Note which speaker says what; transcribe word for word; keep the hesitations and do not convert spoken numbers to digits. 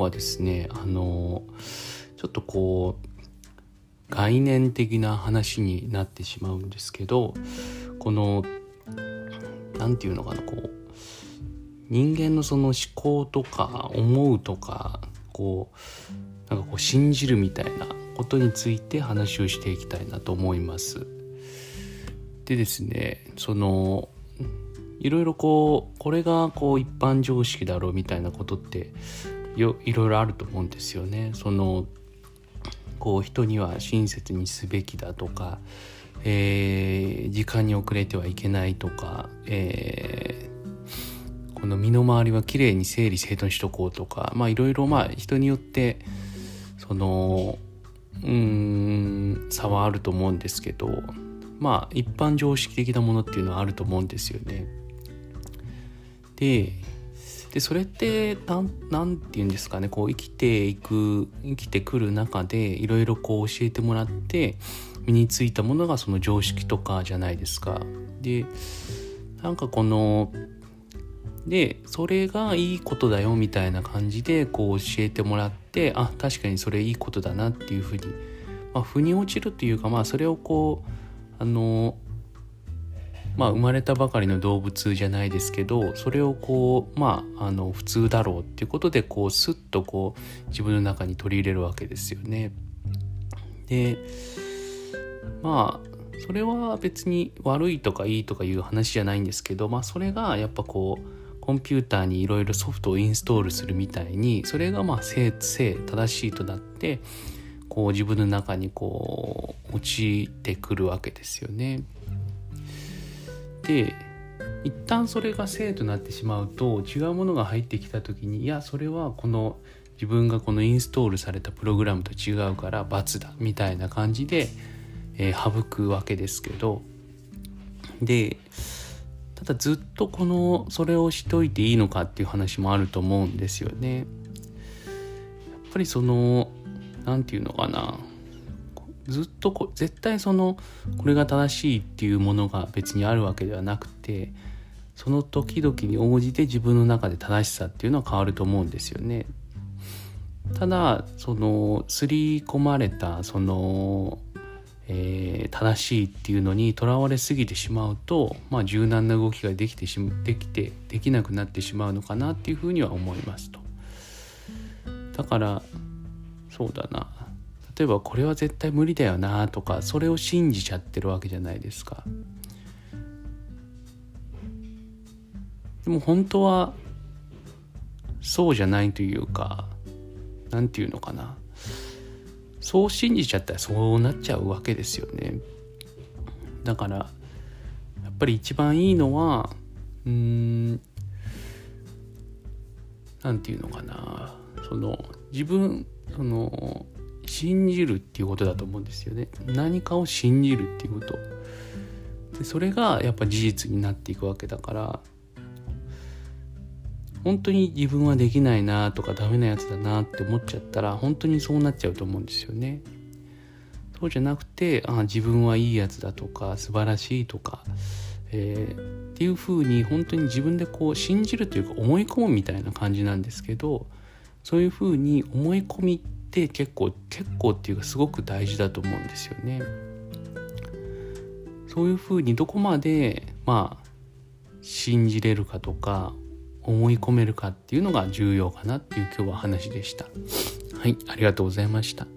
Speaker 1: はですね、あのちょっとこう概念的な話になってしまうんですけど、このなんていうのかな、こう人間のその思考とか思うとか、こうなんかこう信じるみたいなことについて話をしていきたいなと思います。でですね、そのいろいろこうこれがこう一般常識だろうみたいなことってよいろいろあると思うんですよね。そのこう人には親切にすべきだとか、えー、時間に遅れてはいけないとか、えー、この身の回りはきれいに整理整頓しとこうとか、まあいろいろまあ人によってそのうーん差はあると思うんですけど、まあ一般常識的なものっていうのはあると思うんですよね。ででそれってなんなんていうんですかね、こう生きていく生きてくる中でいろいろこう教えてもらって身についたものがその常識とかじゃないですか。でなんかこのでそれがいいことだよみたいな感じでこう教えてもらって、あ確かにそれいいことだなっていうふうに、まあ、腑に落ちるというか、まあそれをこうあのまあ、生まれたばかりの動物じゃないですけど、それをこうまああの普通だろうっていうことでこうスッとこう自分の中に取り入れるわけですよね。でまあそれは別に悪いとかいいとかいう話じゃないんですけど、まあそれがやっぱこうコンピューターにいろいろソフトをインストールするみたいに、それがまあ正正正しいとなってこう自分の中にこう落ちてくるわけですよね。で一旦それが正となってしまうと、違うものが入ってきた時に、いやそれはこの自分がこのインストールされたプログラムと違うから×だみたいな感じで、えー、省くわけですけど、でただずっとこのそれをしといていいのかっていう話もあると思うんですよね。やっぱりそのなんていうのかな、ずっとこ絶対そのこれが正しいっていうものが別にあるわけではなくて、その時々に応じて自分の中で正しさっていうのは変わると思うんですよね。ただその刷り込まれたその、えー、正しいっていうのにとらわれすぎてしまうと、まあ、柔軟な動きができてしできてできなくなってしまうのかなっていうふうには思いますと。だからそうだな、例えばこれは絶対無理だよなとか、それを信じちゃってるわけじゃないですか。でも本当はそうじゃないというか、なんていうのかな、そう信じちゃったらそうなっちゃうわけですよね。だからやっぱり一番いいのはうーんなんていうのかな、その自分その信じるっていうことだと思うんですよね。何かを信じるっていうことで、それがやっぱ事実になっていくわけだから、本当に自分はできないなとかダメなやつだなって思っちゃったら本当にそうなっちゃうと思うんですよね。そうじゃなくて、あ自分はいいやつだとか素晴らしいとか、えー、っていう風に本当に自分でこう信じるというか思い込むみたいな感じなんですけど、そういう風に思い込みって結構結構っていうかすごく大事だと思うんですよね。そういう風にどこまでまあ信じれるかとか思い込めるかっていうのが重要かなっていう今日は話でした。はい、ありがとうございました。